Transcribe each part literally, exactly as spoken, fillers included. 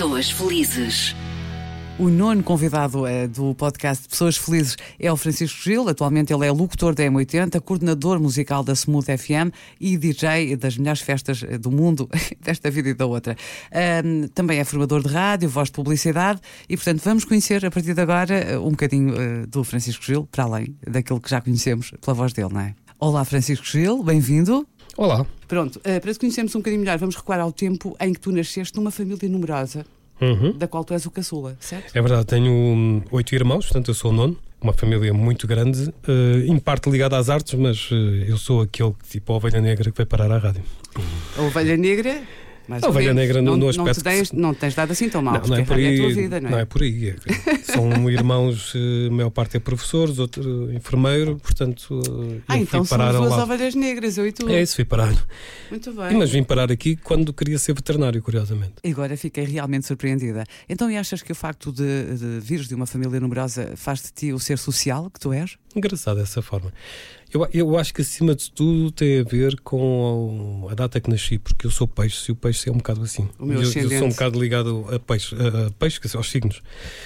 Pessoas Felizes. O nono convidado uh, do podcast Pessoas Felizes é o Francisco Gil. Atualmente ele é locutor da M oitenta, coordenador musical da Smooth F M e D J das melhores festas do mundo, desta vida e da outra. Uh, também é formador de rádio, voz de publicidade e, portanto, vamos conhecer a partir de agora um bocadinho uh, do Francisco Gil, para além daquilo que já conhecemos pela voz dele, não é? Olá, Francisco Gil, bem-vindo. Olá. Pronto, uh, para te conhecermos um bocadinho melhor, vamos recuar ao tempo em que tu nasceste numa família numerosa. Uhum. Da qual tu és o caçula, certo? É verdade, tenho um, oito irmãos, portanto eu sou o nono. Uma família muito grande, uh, em parte ligada às artes, mas uh, eu sou aquele tipo a ovelha negra que vai parar à rádio. A ovelha negra? Mais a ovelha negra no, não, no não aspecto... Te tens, não tens dado assim tão mal, não, porque não é a por rádio aí, é a tua vida, não é? Não é por aí. É, são irmãos, a maior parte é professores, outro enfermeiro, portanto uh, Ah, eu então fui parar são ao duas lado. ovelhas negras, eu e tu. É isso, fui parar. Muito bem. Mas vim parar aqui quando queria ser veterinário, curiosamente. E agora fiquei realmente surpreendida. Então, e achas que o facto de, de vires de uma família numerosa faz de ti o ser social que tu és? Engraçado dessa forma. Eu, eu acho que acima de tudo tem a ver com a, a data que nasci, porque eu sou peixe e o peixe é um bocado assim. O meu eu, ascendente. eu sou um bocado ligado a peixe, a, a peixe aos signos.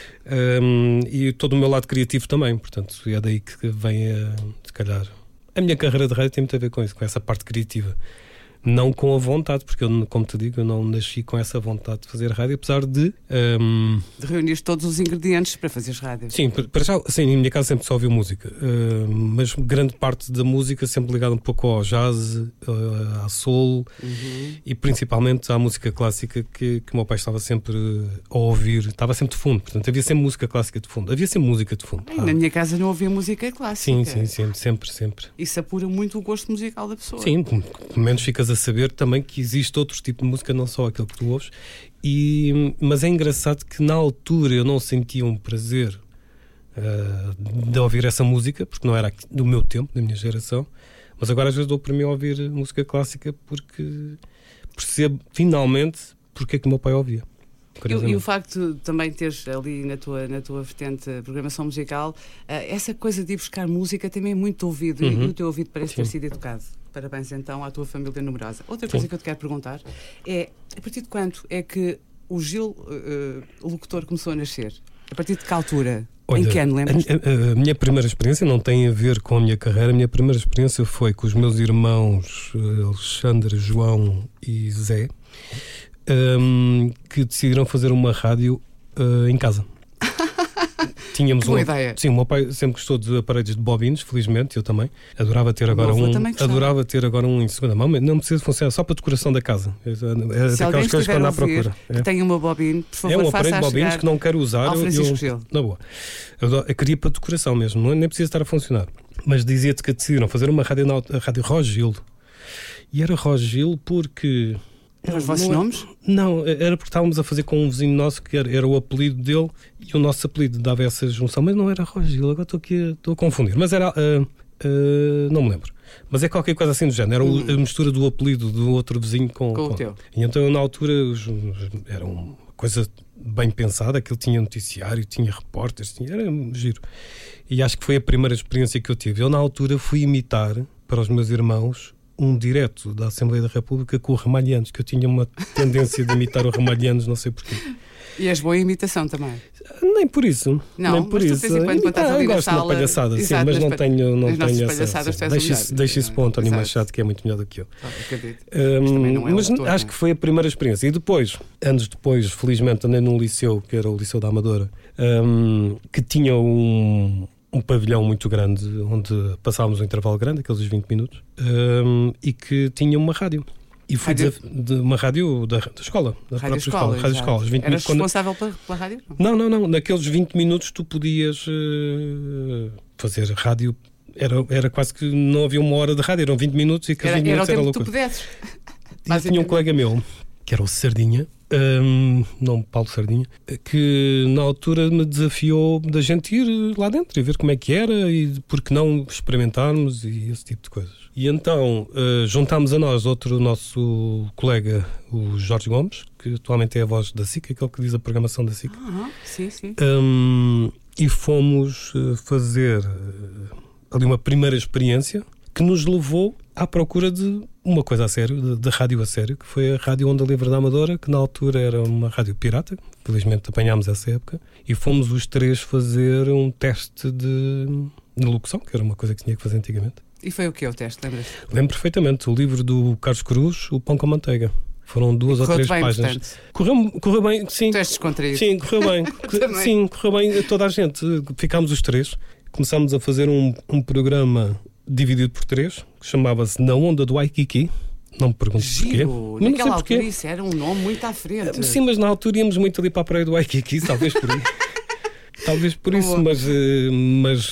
Um, e todo o meu lado criativo também, portanto é daí que vem a, se calhar, a minha carreira de rádio tem muito a ver com isso, com essa parte criativa. Não com a vontade, porque eu, como te digo, eu não nasci com essa vontade de fazer rádio, apesar de... Um... De reunir todos os ingredientes para fazeres rádio. Sim, para já, sim, em minha casa sempre só ouviu música, uh, mas grande parte da música sempre ligada um pouco ao jazz, uh, à soul, uhum. E principalmente à música clássica que, que o meu pai estava sempre a ouvir, estava sempre de fundo, portanto havia sempre música clássica de fundo, havia sempre música de fundo. Ai, ah. Na minha casa não havia música clássica. Sim, sim, sim, sempre, sempre. Isso apura muito o gosto musical da pessoa. Sim, pelo menos ficas a saber também que existe outros tipos de música, não só aquele que tu ouves. E, mas é engraçado que na altura eu não sentia um prazer uh, de ouvir essa música, porque não era do meu tempo, da minha geração, mas agora às vezes dou para mim a ouvir música clássica porque percebo finalmente porque é que o meu pai ouvia. E, e o facto de também teres ali na tua, na tua vertente programação musical, uh, essa coisa de ir buscar música também é muito ouvido, uhum. E o teu ouvido parece ter sido educado. Parabéns então à tua família numerosa. Outra coisa Sim. que eu te quero perguntar é, a partir de quando é que o Gil, uh, o locutor, começou a nascer? A partir de que altura? Olha, em que ano, lembras? A, a, a minha primeira experiência não tem a ver com a minha carreira. A minha primeira experiência foi com os meus irmãos uh, Alexandre, João e Zé, um, que decidiram fazer uma rádio uh, em casa. Tínhamos boa uma, ideia. Sim, o meu pai sempre gostou de aparelhos de bobinos, felizmente, eu também. Adorava ter agora um. Adorava ter agora um em segunda mão, mas não precisa funcionar só para a decoração da casa. É, é Se alguém coisas que ando à procura. Que é. Tenha uma bobina, por favor, é um faça aparelho de bobinos que não quero usar. Ao Francisco eu, Gil. Na boa. Eu, eu queria para decoração mesmo, não, nem precisa estar a funcionar. Mas dizia-te que decidiram fazer uma rádio na a rádio Rogil. E era Rogil porque. Eram os vossos não, nomes? Não, era porque estávamos a fazer com um vizinho nosso que era, era o apelido dele e o nosso apelido dava essa junção, mas não era Rogil, agora estou aqui a, estou a confundir, mas era, uh, uh, não me lembro, mas é qualquer coisa assim do género, era uhum. a mistura do apelido do outro vizinho com, com, com o teu. E então na altura os, os, era uma coisa bem pensada, aquilo tinha noticiário, tinha repórteres, tinha, era giro. E acho que foi a primeira experiência que eu tive. Eu na altura fui imitar para os meus irmãos um direto da Assembleia da República com o Ramalhianos, que eu tinha uma tendência de imitar o Ramalhianos, não sei porquê. E és boa imitação também? Nem por isso. Não, nem por mas tu isso. de vez em quando, quando estás ali eu na gosto sala... de uma palhaçada, Exato, sim, mas não pa... tenho, não nas tenho essa... Deixa isso, deixa isso para o António Machado, que é muito melhor do que eu. Ah, acredito. Um, mas não é mas autor, acho não? que foi a primeira experiência. E depois, anos depois, felizmente, andei num liceu, que era o Liceu da Amadora, um, que tinha um... um pavilhão muito grande, onde passávamos um intervalo grande, aqueles vinte minutos, um, e que tinha uma rádio. E fui de, de uma rádio da, da escola, da rádio própria escola. escola. Rádio escola Eras minutos, responsável quando... pela, pela rádio? Não, não, não. Naqueles vinte minutos tu podias uh, fazer rádio. Era, era quase que não havia uma hora de rádio, eram vinte minutos e aqueles era, vinte minutos era era o tempo loucura. Que tu pudesses. E tinha um colega meu, que era o Sardinha, um, não Paulo Sardinha, que na altura me desafiou da gente ir lá dentro e ver como é que era e por que não experimentarmos e esse tipo de coisas. E então uh, juntámos a nós outro nosso colega, o Jorge Gomes, que atualmente é a voz da S I C, aquele que diz a programação da S I C. Uhum, sim, sim. Um, e fomos uh, fazer uh, ali uma primeira experiência. que nos levou à procura de uma coisa a sério, de, de rádio a sério, que foi a Rádio Onda Livre da Amadora, que na altura era uma rádio pirata, felizmente apanhámos essa época, e fomos os três fazer um teste de, de locução, que era uma coisa que tinha que fazer antigamente. E foi o que o teste, lembras? Lembro perfeitamente, o livro do Carlos Cruz, O Pão com Manteiga. Foram duas ou três bem, páginas. Correu, correu bem, sim. Testes descontraído. Sim, correu bem. Sim, correu bem toda a gente. Ficámos os três. Começámos a fazer um, um programa dividido por três, que chamava-se Na Onda do Waikiki. Não me perguntes porquê. Giro, naquela altura isso era um nome muito à frente. Sim, mas na altura íamos muito ali para a praia do Waikiki, talvez por aí. Talvez por isso, mas, mas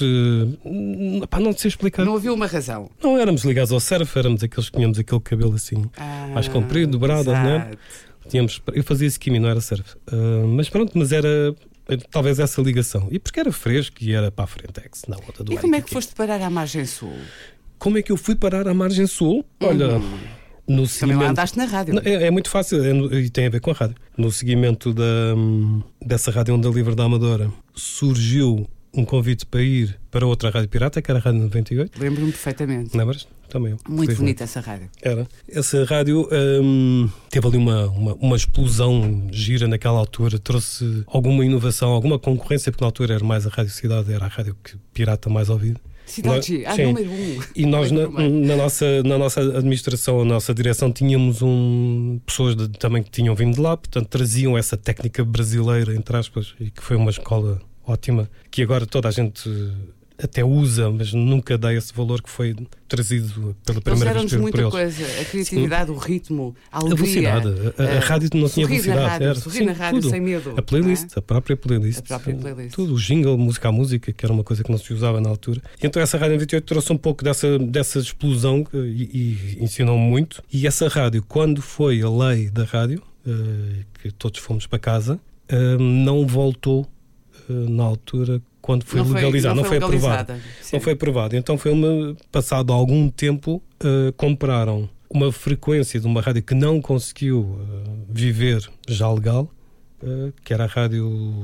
pá, não sei explicar. Não havia uma razão. Não éramos ligados ao surf, éramos aqueles que tínhamos aquele cabelo assim, ah, mais comprido, dobrado, não é? Tínhamos, eu fazia skimming, não era surf. Uh, mas pronto, mas era talvez essa ligação. E porque era fresco e era para a Frentex, na onda do E como é que foste parar à margem sul? Como é que eu fui parar à margem sul? Olha... Uhum. No Também seguimento... lá andaste na rádio. É, é muito fácil é, e tem a ver com a rádio. No seguimento da, dessa Rádio Onda Livre da Amadora surgiu um convite para ir para outra rádio pirata, que era a Rádio noventa e oito. Lembro-me perfeitamente. Lembras? Também. Muito bonita essa rádio. Era. Essa rádio hum, teve ali uma, uma, uma explosão gira naquela altura, trouxe alguma inovação, alguma concorrência, porque na altura era mais a Rádio Cidade, era a rádio que pirata mais ouvida. Cidade, ah, número um. E nós na, na, nossa, na nossa administração, na nossa direção, tínhamos um, pessoas de, também que tinham vindo de lá, portanto traziam essa técnica brasileira, entre aspas, e que foi uma escola ótima, que agora toda a gente até usa, mas nunca dá esse valor que foi trazido pela primeira vez por eles. Muita coisa, a criatividade, sim. O ritmo, a alegria. A velocidade. A, a, a rádio não tinha velocidade. Na rádio, era, sorrir sim, na rádio tudo. Sem medo. A playlist, é? a própria playlist. A própria playlist. Tudo, o jingle, música à música, que era uma coisa que não se usava na altura. E então essa Rádio noventa e oito trouxe um pouco dessa, dessa explosão e, e ensinou muito. E essa rádio, quando foi a lei da rádio, uh, que todos fomos para casa, uh, não voltou uh, na altura quando foi, foi legalizado, não, não foi, foi aprovado. Sim. Não foi aprovado. Então foi uma, passado algum tempo, uh, compraram uma frequência de uma rádio que não conseguiu uh, viver já legal, uh, que era a rádio...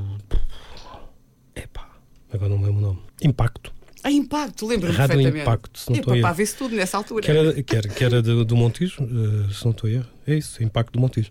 Epá, agora não me lembro o nome. Impacto. A Impacto, lembro-me Rádio perfeitamente. Impacto, se não e estou a papá, vê-se tudo nessa altura. Que era, que era, que era do, do Montijo, uh, se não estou a erro. É isso, Impacto do Montijo.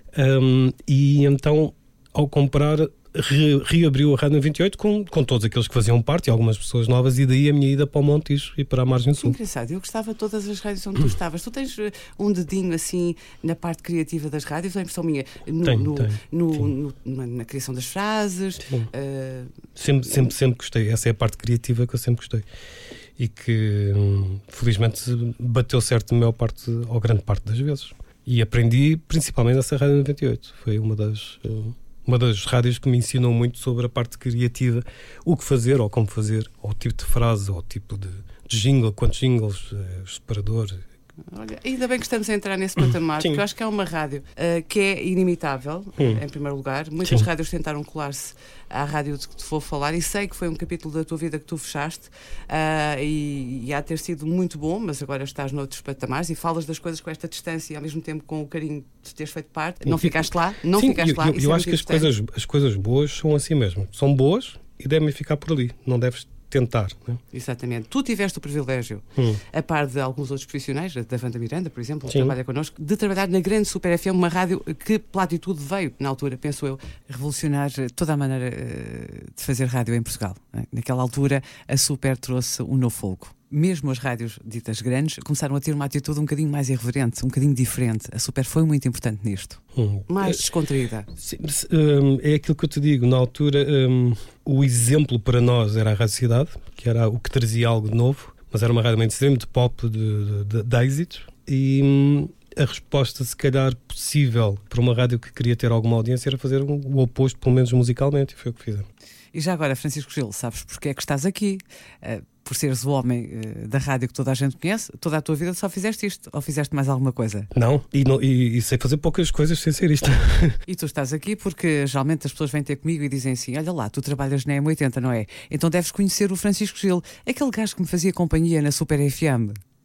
Um, e então, ao comprar... Re, reabriu a Rádio noventa e oito com, com todos aqueles que faziam parte e algumas pessoas novas, e daí a minha ida para o Montijo e para a Margem Sul. Engraçado, eu gostava de todas as rádios onde tu estavas. Tu tens um dedinho assim na parte criativa das rádios, ou é impressão minha? No, tenho, no, tenho, no, no, na criação das frases? Uh... Sempre, sempre, sempre gostei. Essa é a parte criativa que eu sempre gostei. E que, hum, felizmente, bateu certo na maior parte, ou grande parte das vezes. E aprendi principalmente nessa Rádio noventa e oito. Foi uma das... Hum, uma das rádios que me ensinou muito sobre a parte criativa, o que fazer ou como fazer, ou o tipo de frase, ou o tipo de, de jingle, quantos jingles, eh, separador. Olha, ainda bem que estamos a entrar nesse patamar, porque eu acho que é uma rádio uh, que é inimitável, hum. em primeiro lugar. Muitas Sim. rádios tentaram colar-se à rádio de que te vou falar, e sei que foi um capítulo da tua vida que tu fechaste, uh, e, e há de ter sido muito bom, mas agora estás noutros patamares e falas das coisas com esta distância e ao mesmo tempo com o carinho de teres feito parte. Não ficaste lá? Não Sim, ficaste eu, lá. Eu, eu acho que as coisas, as coisas boas são assim mesmo. São boas e devem ficar por ali. Não deves tentar. Né? Exatamente. Tu tiveste o privilégio, hum. a par de alguns outros profissionais, da Wanda Miranda, por exemplo, que Sim. trabalha connosco, de trabalhar na grande Super F M, uma rádio que, pela atitude, veio, na altura, penso eu, revolucionar toda a maneira uh, de fazer rádio em Portugal. Né? Naquela altura, a Super trouxe um novo fogo. Mesmo as rádios ditas grandes começaram a ter uma atitude um bocadinho mais irreverente, um bocadinho diferente. A Super foi muito importante nisto. Hum. Mais descontraída. Sim, um, é aquilo que eu te digo. Na altura, um, o exemplo para nós era a Rádio Cidade, que era o que trazia algo de novo, mas era uma rádio mainstream de pop, de, de, de êxitos. E um, a resposta, se calhar, possível para uma rádio que queria ter alguma audiência era fazer um, o oposto, pelo menos musicalmente, e foi o que fizemos. E já agora, Francisco Gil, sabes porque é que estás aqui? Uh, por seres o homem uh, da rádio que toda a gente conhece, toda a tua vida só fizeste isto? Ou fizeste mais alguma coisa? Não, e, não, e, e sei fazer poucas coisas sem ser isto. E tu estás aqui porque geralmente as pessoas vêm ter comigo e dizem assim: olha lá, tu trabalhas na M oitenta, não é? Então deves conhecer o Francisco Gil, aquele gajo que me fazia companhia na Super F M.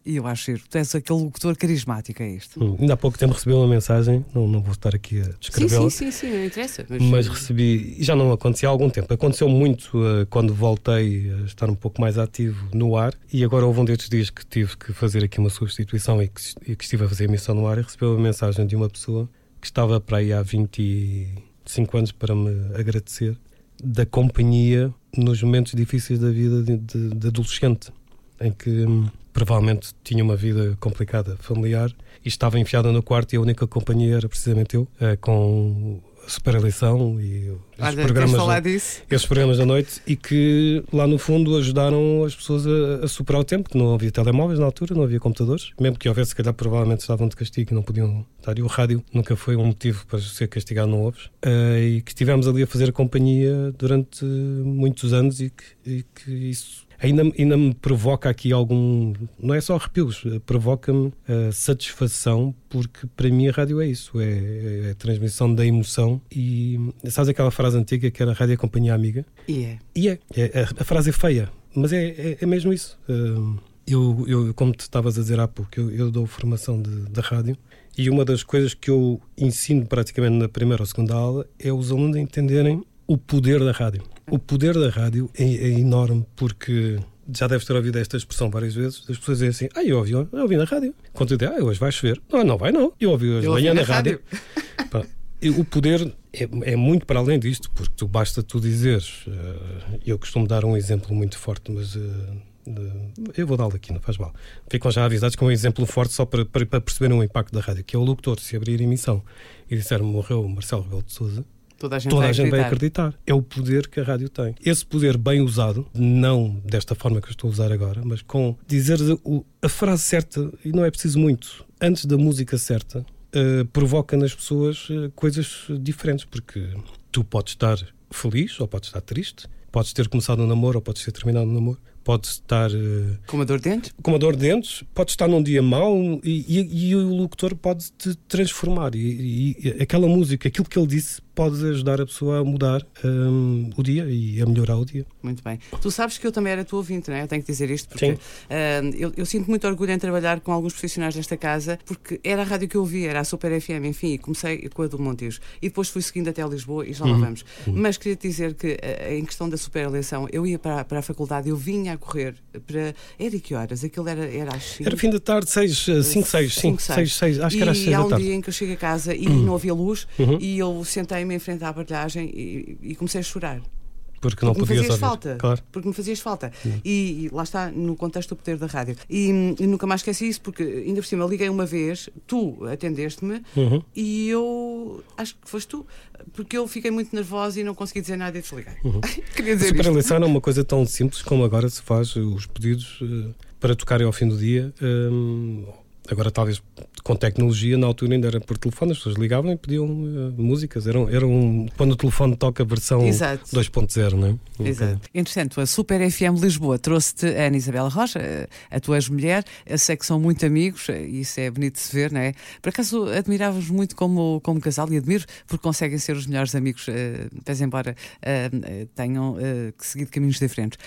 E eu acho que tu és aquele locutor carismático, é isto. Hum, ainda há pouco tempo recebi uma mensagem, não, não vou estar aqui a descrevê-la. Sim, sim, sim, sim, não interessa. Mas, mas recebi, e já não acontecia há algum tempo. Aconteceu muito uh, quando voltei a estar um pouco mais ativo no ar, e agora houve um destes dias que tive que fazer aqui uma substituição e que, e que estive a fazer emissão no ar, e recebi uma mensagem de uma pessoa que estava para aí há vinte e cinco anos para me agradecer da companhia nos momentos difíceis da vida de, de, de adolescente, em que hum, provavelmente tinha uma vida complicada, familiar, e estava enfiada no quarto e a única companhia era precisamente eu, uh, com a Supereleição e os programas, falar disso? esses programas da noite, e que lá no fundo ajudaram as pessoas a, a superar o tempo, que não havia telemóveis na altura, não havia computadores, mesmo que houvesse, se calhar provavelmente estavam de castigo e não podiam estar, e o rádio nunca foi um motivo para ser castigado, não ouves, uh, e que estivemos ali a fazer a companhia durante muitos anos, e que, e que isso Ainda, ainda me provoca aqui algum, não é só arrepios, provoca-me uh, satisfação, porque para mim a rádio é isso, é, é a transmissão da emoção. E sabes aquela frase antiga que era a rádio é a companhia amiga? Yeah. E é, é a, a frase é feia, mas é, é, é mesmo isso. Uh, eu, eu, como te estavas a dizer há pouco, eu, eu dou formação de, de rádio, e uma das coisas que eu ensino praticamente na primeira ou segunda aula é os alunos entenderem o poder da rádio. O poder da rádio é, é enorme, porque já deves ter ouvido esta expressão várias vezes. As pessoas dizem assim: ah, eu ouvi, eu ouvi na rádio. Quando tu dizes, ah, hoje vai chover. Não, não vai não. Eu ouvi hoje de manhã na, na rádio. rádio. Pá, o poder é, é muito para além disto, porque tu, basta tu dizeres. Uh, eu costumo dar um exemplo muito forte, mas uh, de, eu vou dar-lhe aqui, não faz mal. Ficam já avisados com um exemplo forte só para, para, para perceberem o impacto da rádio, que é o locutor. Se abrir a emissão e disser morreu o Marcelo Rebelo de Sousa, toda a gente, Toda vai, a gente acreditar. vai acreditar. É o poder que a rádio tem. Esse poder bem usado, não desta forma que eu estou a usar agora, mas com dizer a, a frase certa, e não é preciso muito, antes da música certa, uh, provoca nas pessoas uh, coisas diferentes, porque tu podes estar feliz ou podes estar triste, podes ter começado um namoro ou podes ter terminado um namoro, podes estar uh, com uma dor de dentes, com uma dor de dentes, podes estar num dia mau, e, e, e o locutor pode te transformar, e, e aquela música, aquilo que ele disse, pode ajudar a pessoa a mudar um, o dia e a melhorar o dia. Muito bem. Tu sabes que eu também era tua ouvinte, não é? Eu tenho que dizer isto porque uh, eu, eu sinto muito orgulho em trabalhar com alguns profissionais desta casa, porque era a rádio que eu ouvia, era a Super F M, enfim, e comecei com a do Montijo e depois fui seguindo até Lisboa e já lá uhum. vamos. Uhum. Mas queria te dizer que uh, em questão da Supereleição, eu ia para, para a faculdade, eu vinha a correr para... Era que horas? Aquilo era, era às cinco? Era fim da tarde, seis, cinco, seis, cinco, seis, seis, acho que era às seis da tarde. E há um dia em que eu chego a casa e uhum. não havia luz uhum. e eu sentei-me em frente à aparelhagem e, e comecei a chorar. Porque não porque podias me fazias ouvir. falta. Claro. Porque me fazias falta. Uhum. E, e lá está, no contexto do poder da rádio. E, e nunca mais esqueci isso, porque ainda por cima liguei uma vez, tu atendeste-me uhum. e eu acho que foste tu, porque eu fiquei muito nervosa e não consegui dizer nada e desliguei. Uhum. Queria dizer a Supereleição é uma coisa tão simples como agora se faz os pedidos uh, para tocarem ao fim do dia. Um, Agora, talvez com tecnologia, na altura ainda era por telefone, as pessoas ligavam e pediam uh, músicas. Era, era um, quando o telefone toca a versão dois ponto zero, não é? Exato. Okay. Entretanto, a Super F M Lisboa trouxe-te a Ana Isabela Rocha, a tua ex-mulher. Eu sei que são muito amigos, e isso é bonito de se ver, não é? Por acaso, admirava-vos muito como, como casal, e admiro, porque conseguem ser os melhores amigos, uh, pese embora uh, tenham uh, seguido caminhos diferentes.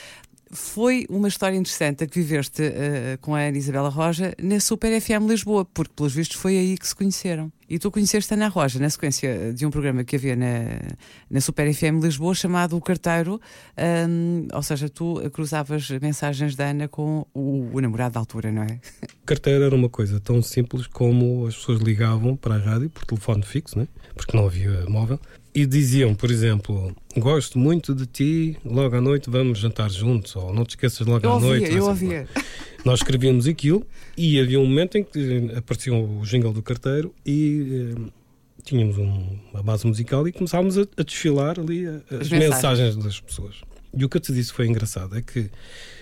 Foi uma história interessante a que viveste uh, com a Ana Isabela Roja na Super F M Lisboa, porque pelos vistos foi aí que se conheceram. E tu conheceste a Ana Roja na sequência de um programa que havia na, na Super F M Lisboa chamado O Carteiro, um, ou seja, tu cruzavas mensagens da Ana com o, o namorado da altura, não é? O Carteiro era uma coisa tão simples como as pessoas ligavam para a rádio por telefone fixo, né? Porque não havia móvel, e diziam, por exemplo, gosto muito de ti, logo à noite vamos jantar juntos, ou não te esqueças logo eu à ouvia, noite. Eu ouvia, Nós escrevíamos aquilo e havia um momento em que aparecia o jingle do Carteiro e eh, tínhamos um, uma base musical e começávamos a, a desfilar ali a, as, as mensagens. mensagens das pessoas. E o que eu te disse foi engraçado, é que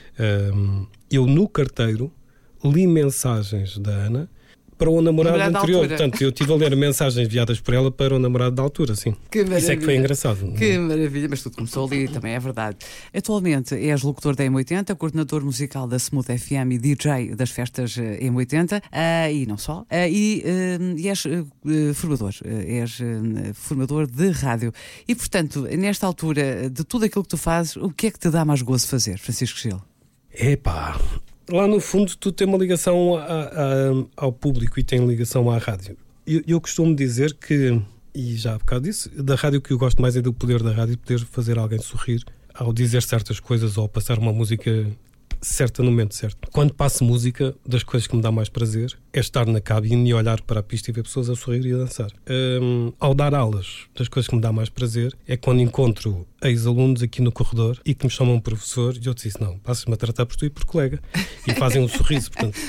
um, eu no Carteiro li mensagens da Ana para o namorado, namorado anterior. Portanto, eu estive a ler mensagens enviadas por ela para o namorado da altura, sim. Que maravilha. Isso é que foi engraçado. Que maravilha, mas tudo começou ali, também é verdade. Atualmente és locutor da M oitenta, coordenador musical da Smooth F M e D J das festas M oitenta, uh, e não só, uh, e, uh, e és uh, formador, uh, és uh, formador de rádio. E, portanto, nesta altura, de tudo aquilo que tu fazes, o que é que te dá mais gozo fazer, Francisco Gil? Epá... lá no fundo tu tens uma ligação a, a, ao público e tem ligação à rádio. Eu, eu costumo dizer que, e já há bocado disso, da rádio que eu gosto mais é do poder da rádio, poder fazer alguém sorrir ao dizer certas coisas ou ao passar uma música certa no momento certo. Quando passo música, das coisas que me dá mais prazer é estar na cabine e olhar para a pista e ver pessoas a sorrir e a dançar. Um, ao dar aulas, das coisas que me dá mais prazer é quando encontro ex-alunos aqui no corredor e que me chamam professor e eu disse, não, passas-me a tratar por tu e por colega. E fazem um sorriso. Portanto,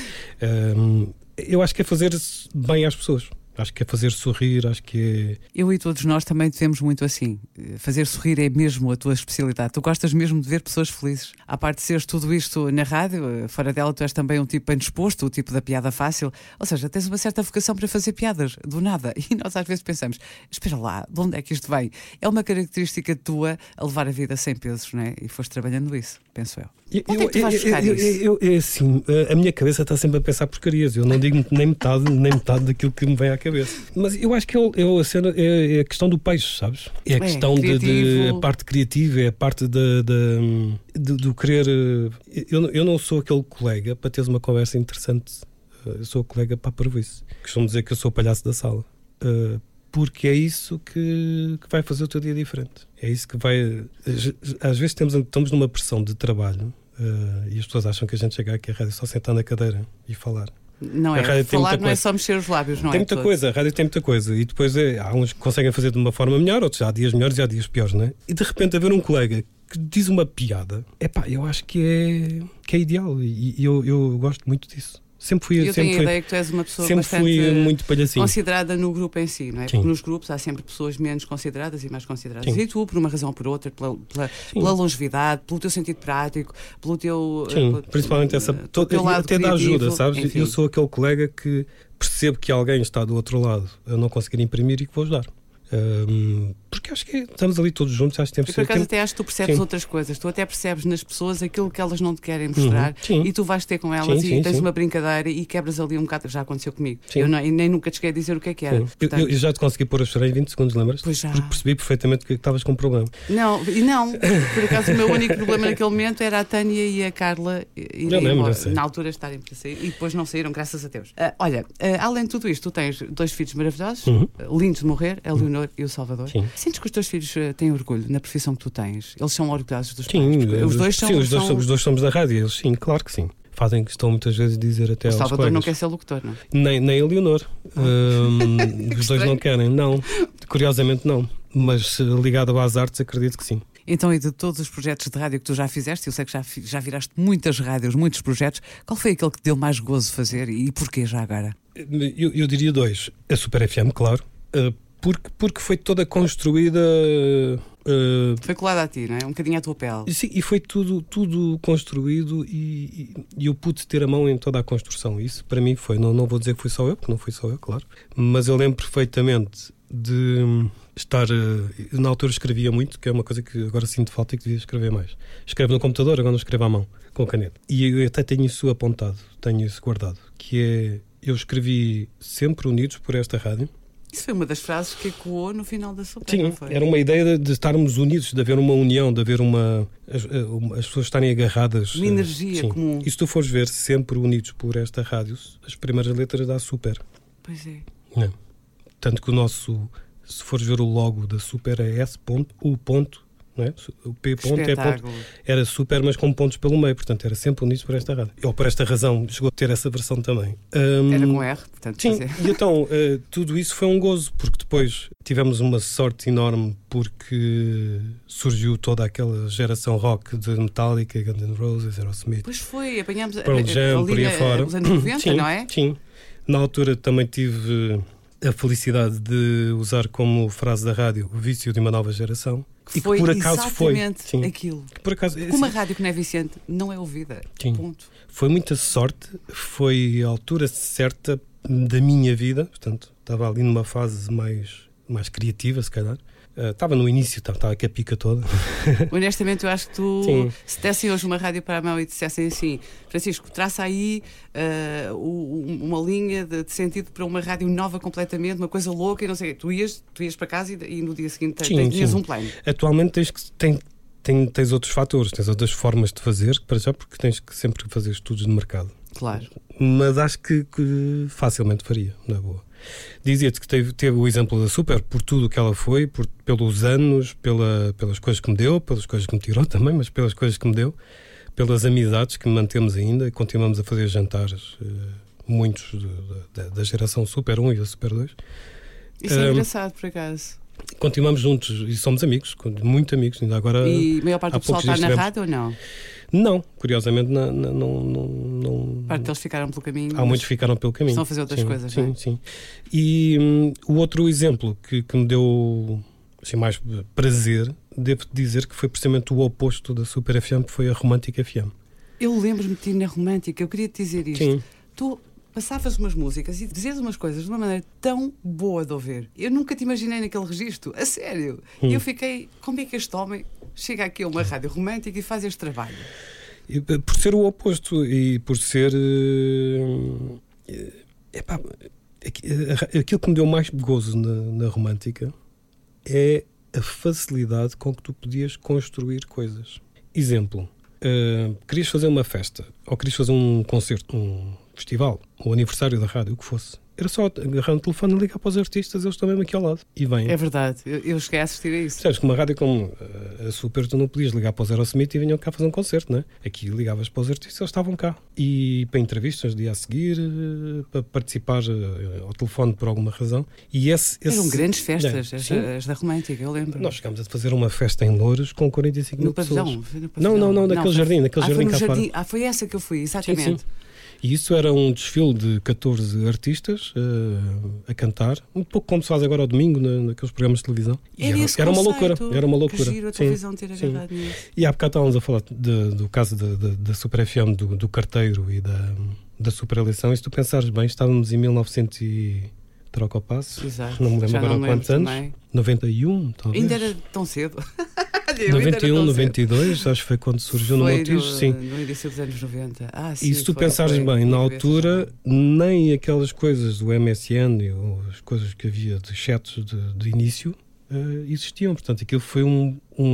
um, eu acho que é fazer bem às pessoas. Acho que é fazer sorrir, acho que é... Eu e todos nós também devemos muito assim. Fazer sorrir é mesmo a tua especialidade. Tu gostas mesmo de ver pessoas felizes. À parte de seres tudo isto na rádio, fora dela tu és também um tipo bem disposto, o tipo da piada fácil. Ou seja, tens uma certa vocação para fazer piadas, do nada. E nós às vezes pensamos, espera lá, de onde é que isto vem? É uma característica tua a levar a vida sem pesos, não é? E foste trabalhando isso, penso eu. Eu, onde é que tu vais buscar eu, isso? Eu, eu, é assim, a minha cabeça está sempre a pensar porcarias. Eu não digo nem metade, nem metade daquilo que me vem à cabeça. Mas eu acho que é, é, a, cena, é, é a questão do peixe, sabes? É a é, questão de, de a parte criativa, é a parte de, de, de, do querer. Eu, eu não sou aquele colega para teres uma conversa interessante. Eu sou o colega para a parvoíce. Costumo dizer que eu sou o palhaço da sala. Porque é isso que, que vai fazer o teu dia diferente. É isso que vai... Às vezes temos, estamos numa pressão de trabalho uh, e as pessoas acham que a gente chega aqui à rádio só sentar na cadeira e falar. Não é, falar não é só mexer os lábios, não é? Tem muita coisa, a rádio tem muita coisa. E depois é, há uns que conseguem fazer de uma forma melhor, outros há dias melhores e há dias piores, não é? E de repente haver um colega que diz uma piada, epá, eu acho que é, que é ideal e, e eu, eu gosto muito disso. Sempre fui, eu sempre tenho a fui, ideia que tu és uma pessoa sempre bastante fui muito palhacinho. considerada no grupo em si, não é? Sim. Porque nos grupos há sempre pessoas menos consideradas e mais consideradas. Sim. E tu, por uma razão ou por outra, pela, pela, pela longevidade, pelo teu sentido prático, pelo teu... Sim, uh, principalmente essa... uh, Todo, teu lado até dá criativo, ajuda, sabes? enfim. Eu sou aquele colega que percebo que alguém está do outro lado a não conseguir imprimir e que vou ajudar. Um, porque acho que estamos ali todos juntos, acho que temos e por acaso tempo... até acho que tu percebes sim. outras coisas, tu até percebes nas pessoas aquilo que elas não te querem mostrar, uhum. e tu vais ter com elas sim, e sim, tens sim. uma brincadeira e quebras ali um bocado. Já aconteceu comigo, Sim. eu não, e nem nunca te cheguei a dizer o que é que era. Portanto, eu, eu já te consegui pôr a chorar em vinte segundos, lembras? Pois já. Porque percebi perfeitamente que estavas com um problema. Não, e não, por acaso o meu único problema naquele momento era a Tânia e a Carla e, eu lembro, e, na altura estarem para sair e depois não saíram, graças a Deus. Uh, olha, uh, além de tudo isto, tu tens dois filhos maravilhosos, uhum. uh, lindos de morrer, a Leonor uhum. e o Salvador. Sim. Sentes que os teus filhos uh, têm orgulho na profissão que tu tens? Eles são orgulhosos dos sim, pais? Os dois são... Sim, os dois, são... os dois somos da rádio, eles sim, claro que sim. Fazem questão muitas vezes de dizer até o aos Salvador colegas. não quer ser locutor, não? Nem, nem a Leonor. um, os dois não querem, não. Curiosamente não. Mas ligado às artes, acredito que sim. Então, e de todos os projetos de rádio que tu já fizeste, eu sei que já, já viraste muitas rádios, muitos projetos, qual foi aquele que te deu mais gozo fazer e porquê já agora? Eu, eu diria dois. A Super F M, claro. Porque, porque foi toda construída... Uh, foi colada a ti, não é? Um bocadinho à tua pele. Sim, e foi tudo, tudo construído e, e, e eu pude ter a mão em toda a construção. Isso para mim foi, não, não vou dizer que fui só eu, porque não fui só eu, claro, mas eu lembro perfeitamente de estar, na altura escrevia muito, que é uma coisa que agora sinto falta e que devia escrever mais. Escrevo no computador, agora não escrevo à mão, com caneta. E eu até tenho isso apontado, tenho isso guardado, que é, eu escrevi sempre unidos por esta rádio. Isso foi uma das frases que ecoou no final da Super. Sim, era uma ideia de, de estarmos unidos, de haver uma união, de haver uma... As, as pessoas estarem agarradas. Uma energia sim. comum. E se tu fores ver sempre unidos por esta rádio, as primeiras letras dá Super. Pois é. Não. Tanto que o nosso... Se fores ver o logo da Super é S ponto, U ponto, não é? O P ponto é ponto. Era Super, mas com pontos pelo meio. Portanto, era sempre unidos por esta rádio. Ou por esta razão, chegou a ter essa versão também. Um, era com R, portanto. Sim, e então, uh, tudo isso foi um gozo, porque depois tivemos uma sorte enorme, porque surgiu toda aquela geração rock de Metallica, Guns N' Roses, Aerosmith. Pois foi, apanhámos Pearl Jam, por aí fora. Os anos noventa, sim, não é? Sim. Na altura também tive a felicidade de usar como frase da rádio o vício de uma nova geração. Que e foi que por acaso foi sim, aquilo. Que por acaso, uma rádio que não é viciante não é ouvida. Sim. Ponto. Foi muita sorte, foi a altura certa da minha vida, portanto, estava ali numa fase mais, mais criativa, se calhar. Uh, estava no início, estava, estava aqui a pica toda. Honestamente, eu acho que tu, sim. se dessem hoje uma rádio para a mão e dissessem assim: Francisco, traça aí uh, uma linha de, de sentido para uma rádio nova completamente, uma coisa louca e não sei o quê. Tu ias, tu ias para casa e, e no dia seguinte sim, tinhas sim. um plano. Atualmente tens que, tem, tem, tens outros fatores, tens outras formas de fazer, para já, porque tens que sempre fazer estudos de mercado. Claro. Mas acho que, que facilmente faria, na boa. Dizia-te que teve, teve o exemplo da Super por tudo o que ela foi, por, pelos anos, pela, pelas coisas que me deu, pelas coisas que me tirou também, mas pelas coisas que me deu, pelas amizades que mantemos ainda e continuamos a fazer jantares, uh, muitos de, de, da geração Super um e da Super dois. Isso é um, engraçado, por acaso. Continuamos juntos e somos amigos, muito amigos. Ainda agora, e a maior parte do pessoal está na rádio ou não? Não, curiosamente não, não, não, não. Parte deles ficaram pelo caminho. Há muitos que ficaram pelo caminho. Estão a fazer outras sim, coisas, sim, não é? Sim. E hum, o outro exemplo que, que me deu assim, mais prazer, devo dizer que foi precisamente o oposto da Super F M, que foi a Romântica F M. Eu lembro-me de ti na Romântica, eu queria te dizer isto. Sim. Tu passavas umas músicas e dizias umas coisas de uma maneira tão boa de ouvir. Eu nunca te imaginei naquele registro, a sério. E hum. eu fiquei, como é que este homem chega aqui a uma rádio romântica e faz este trabalho? E, por ser o oposto e por ser uh, epá, aquilo que me deu mais gozo na, na Romântica é a facilidade com que tu podias construir coisas. Exemplo, uh, querias fazer uma festa ou querias fazer um concerto, um festival, um aniversário da rádio, o que fosse. Era só agarrar no telefone e ligar para os artistas, eles estão mesmo aqui ao lado. E vêm. É verdade, eu, eu cheguei a assistir a isso. Sabes que uma rádio como a Super, tu não podias ligar para os Aerosmith e vinham cá fazer um concerto, não é? Aqui ligavas para os artistas, eles estavam cá. E para entrevistas, dia a seguir, para participar ao telefone por alguma razão. E esse, esse... Eram grandes festas, é, as, as da Romântica, eu lembro. Nós chegámos a fazer uma festa em Louros com quarenta e cinco mil pessoas. No pavilhão? Não, não, não, naquele não, jardim, naquele ah, jardim foi no cá jardim. fora. Ah, foi essa que eu fui, exatamente. Sim, sim. E isso era um desfile de catorze artistas uh, a cantar, um pouco como se faz agora ao domingo na, naqueles programas de televisão. E era, era, era uma loucura, era uma loucura. Que giro a televisão ter agarrado nisso. E há bocado estávamos a falar de, do caso da, da, da Super F M, do, do carteiro e da, da Super Eleição. E se tu pensares bem, estávamos em mil e novecentos e troca o passo. Exato. Não me lembro Já agora há quantos anos. Também. noventa e um, talvez. Ainda era tão cedo. noventa e um, noventa e dois, acho que foi quando surgiu foi no Montijo, sim. No início dos anos noventa. Ah, sim, e se tu foi, pensares foi, bem, foi, na altura, nem aquelas coisas do M S N ou as coisas que havia de chats de, de início uh, existiam. Portanto, aquilo foi um,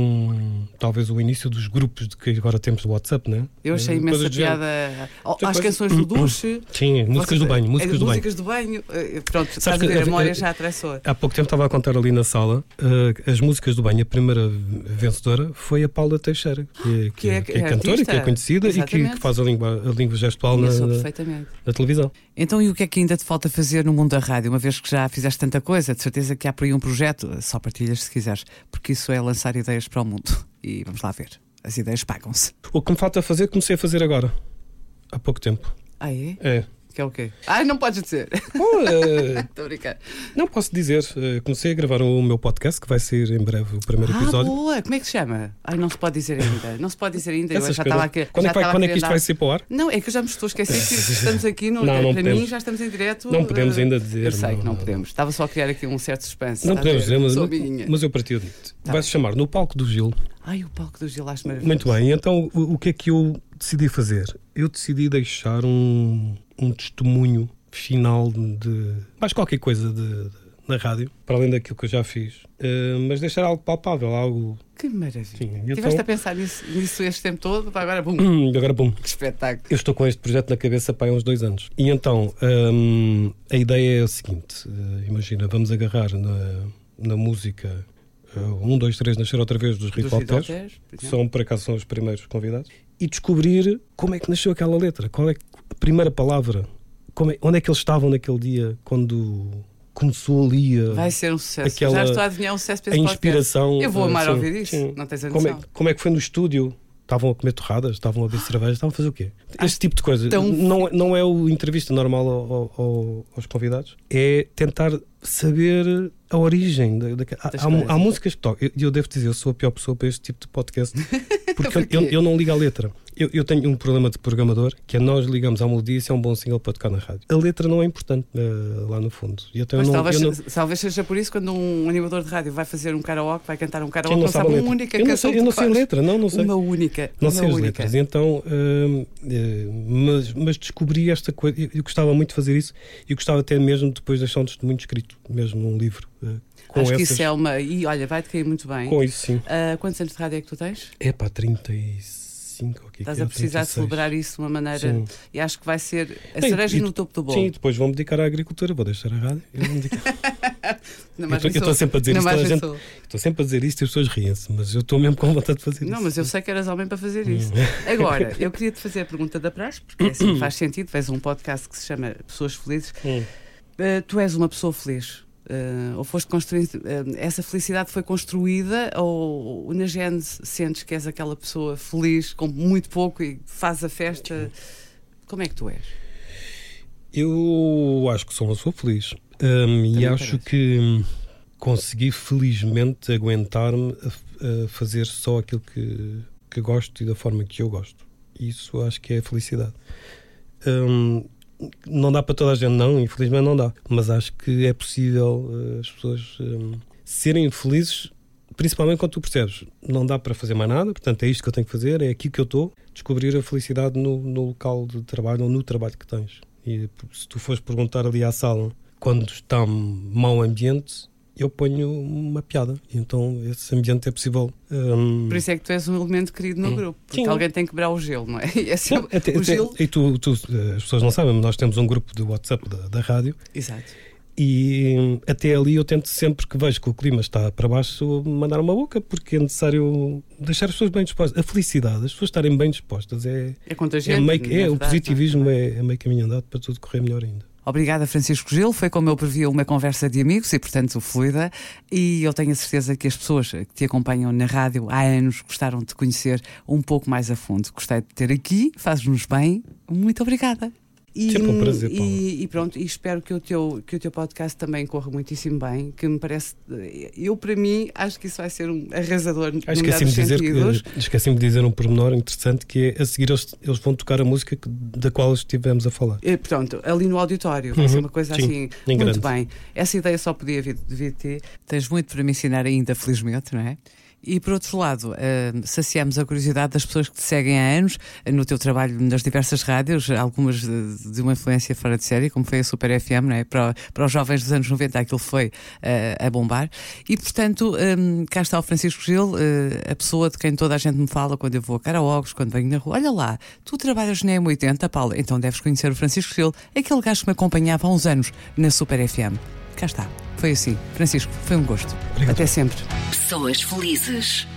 um talvez o início dos grupos de que agora temos o WhatsApp, não é? Eu achei imensa piada às canções do duche. Sim, músicas do banho. Músicas do banho. Músicas do banho. Pronto, estás a ver, a memória já atravessou. Há pouco tempo estava a contar ali na sala uh, as músicas do banho. A primeira vencedora foi a Paula Teixeira, que, que, que, é, que é, é cantora, que é conhecida. Exatamente. E que, que faz a língua, a língua gestual na, na, na televisão. Então, e o que é que ainda te falta fazer no mundo da rádio? Uma vez que já fizeste tanta coisa, de certeza que há por aí um projeto, só partilhas se quiseres, porque isso é lançar ideias para o mundo. E vamos lá ver, as ideias pagam-se. O que me falta fazer, comecei a fazer agora, há pouco tempo. Ah, é? É. Que é o quê? Ah, não podes dizer. Estou uh, a brincar. Não posso dizer. Uh, comecei a gravar o meu podcast, que vai ser em breve o primeiro ah, episódio. Ah, boa! Como é que se chama? Ai, não se pode dizer ainda. Não se pode dizer ainda. Eu já estava aqui. Quando, é, vai, quando é que isto dar... vai ser para o ar? Não, é que eu já me estou a esquecer que estamos aqui. No, não, não para podemos. mim, já estamos em direto. Não podemos ainda dizer. Eu sei não, que não, não podemos. Estava só a criar aqui um certo suspense. Não podemos dizer, mas, mas eu partilho. Tá. Vai se chamar No Palco do Gil. Ai, o Palco do Gil, acho maravilhoso. Muito bem. Então, o, o que é que eu decidi fazer? Eu decidi deixar um, um testemunho final de mais qualquer coisa de, de, na rádio, para além daquilo que eu já fiz, uh, mas deixar algo palpável, algo... Que maravilha. Sim, Tiveste então... a pensar nisso, nisso este tempo todo, agora bum. Hum, agora bum. Que espetáculo. Eu estou com este projeto na cabeça para há uns dois anos. E então, um, a ideia é o seguinte, uh, imagina, vamos agarrar na, na música uh, um, dois, três, Nascer Outra Vez dos Rita Alters, que são, por acaso, são os primeiros convidados, e descobrir como é que nasceu aquela letra, qual é a primeira palavra. Como é, onde é que eles estavam naquele dia quando começou ali a... Vai ser um sucesso. Aquela, já estou a adivinhar um sucesso para a inspiração. Podcast. Eu vou amar sim, ouvir isso. Sim. Não tens a como noção. é, como é que foi no estúdio? Estavam a comer torradas? Estavam a beber cerveja? Estavam a fazer o quê? Este tipo de coisa. Tão... Não, não é o entrevista normal ao, ao, aos convidados. É tentar saber a origem. Da, da, há, há, há músicas que tocam. E eu, eu devo dizer, eu sou a pior pessoa para este tipo de podcast. Porque eu, eu, eu não ligo à letra. Eu, eu tenho um problema de programador, que é nós ligamos à melodia se é um bom single para tocar na rádio. A letra não é importante uh, lá no fundo. E então Mas eu não, talvez, eu não... talvez seja por isso quando um animador de rádio vai fazer um karaoke, vai cantar um karaoke, não, não sabe uma única eu canção. Não sei, eu não sei a letra, não, não sei. Uma única. Não uma sei as única. letras. Então, uh, uh, mas, mas descobri esta coisa. Eu, eu gostava muito de fazer isso e gostava até mesmo depois de deixar um testemunho escrito, mesmo num livro. Uh, com Acho essas... que isso é uma. E olha, vai-te cair muito bem. Com isso, sim. Uh, quantos anos de rádio é que tu tens? É pá, trinta e cinco. Okay, Estás a precisar de celebrar isso de uma maneira. Sim. E acho que vai ser a Bem, cereja e, no topo do bolo. Sim, depois vou-me dedicar à agricultura, vou deixar a rádio e vou-me dedicar. Não, eu estou sempre a dizer não isto, gente, estou sempre a dizer isto e as pessoas riem-se, mas eu estou mesmo com vontade de fazer não, isso. Não, mas eu sei que eras homem para fazer isso. Agora, eu queria te fazer a pergunta da praxe, porque assim faz sentido, faz um podcast que se chama Pessoas Felizes. Hum. Uh, tu és uma pessoa feliz? Uh, ou foste construído, uh, essa felicidade foi construída, ou na gênese sentes que és aquela pessoa feliz com muito pouco e faz a festa? Como é que tu és? Eu acho que sou uma pessoa feliz um, e acho parece. que consegui felizmente aguentar-me a, a fazer só aquilo que, que gosto e da forma que eu gosto. Isso acho que é a felicidade. Um, Não dá para toda a gente, não, infelizmente não dá. Mas acho que é possível uh, as pessoas um, serem felizes, principalmente quando tu percebes, não dá para fazer mais nada, portanto é isto que eu tenho que fazer, é aqui que eu estou, descobrir a felicidade no, no local de trabalho ou no trabalho que tens. E se tu fores perguntar ali à sala, quando está mau ambiente, eu ponho uma piada. Então esse ambiente é possível. Um... Por isso é que tu és um elemento querido no grupo. Porque Sim. Alguém tem que quebrar o gelo, não é? E, assim, não, até, o até, gelo... e tu, tu, as pessoas não sabem, mas nós temos um grupo de WhatsApp da, da rádio. Exato. E até ali eu tento sempre que vejo que o clima está para baixo mandar uma boca, porque é necessário deixar as pessoas bem dispostas. A felicidade, as pessoas estarem bem dispostas é, é contagiante. É, meio, é, é o verdade, positivismo é, é meio caminho andado para tudo correr melhor ainda. Obrigada, Francisco Gil. Foi, como eu previa, uma conversa de amigos e, portanto, fluida. E eu tenho a certeza que as pessoas que te acompanham na rádio há anos gostaram de te conhecer um pouco mais a fundo. Gostei de ter aqui, fazes-nos bem. Muito obrigada. E, Sempre um prazer, Paula. E, e pronto, e espero que o, teu, que o teu podcast também corra muitíssimo bem, que me parece, eu para mim acho que isso vai ser um arrasador. Ah, esqueci-me de dizer que, esqueci-me de dizer um pormenor interessante, que é a seguir eles, eles vão tocar a música que, da qual estivemos a falar. E, pronto, ali no auditório, vai uhum, ser uma coisa sim, assim muito grande. bem. Essa ideia só podia vir de ti. Tens muito para me ensinar ainda, felizmente, não é? E por outro lado, uh, saciamos a curiosidade das pessoas que te seguem há anos uh, no teu trabalho nas diversas rádios, algumas de, de uma influência fora de série, como foi a Super F M, não é? para, para os jovens dos anos noventa aquilo foi uh, a bombar. E portanto, um, cá está o Francisco Gil, uh, a pessoa de quem toda a gente me fala quando eu vou a karaokes, quando venho na rua. Olha lá, tu trabalhas na M oitenta, Paulo, então deves conhecer o Francisco Gil, aquele gajo que me acompanhava há uns anos na Super F M. Cá está, foi assim. Francisco, foi um gosto. Obrigado. Até sempre. Pessoas felizes.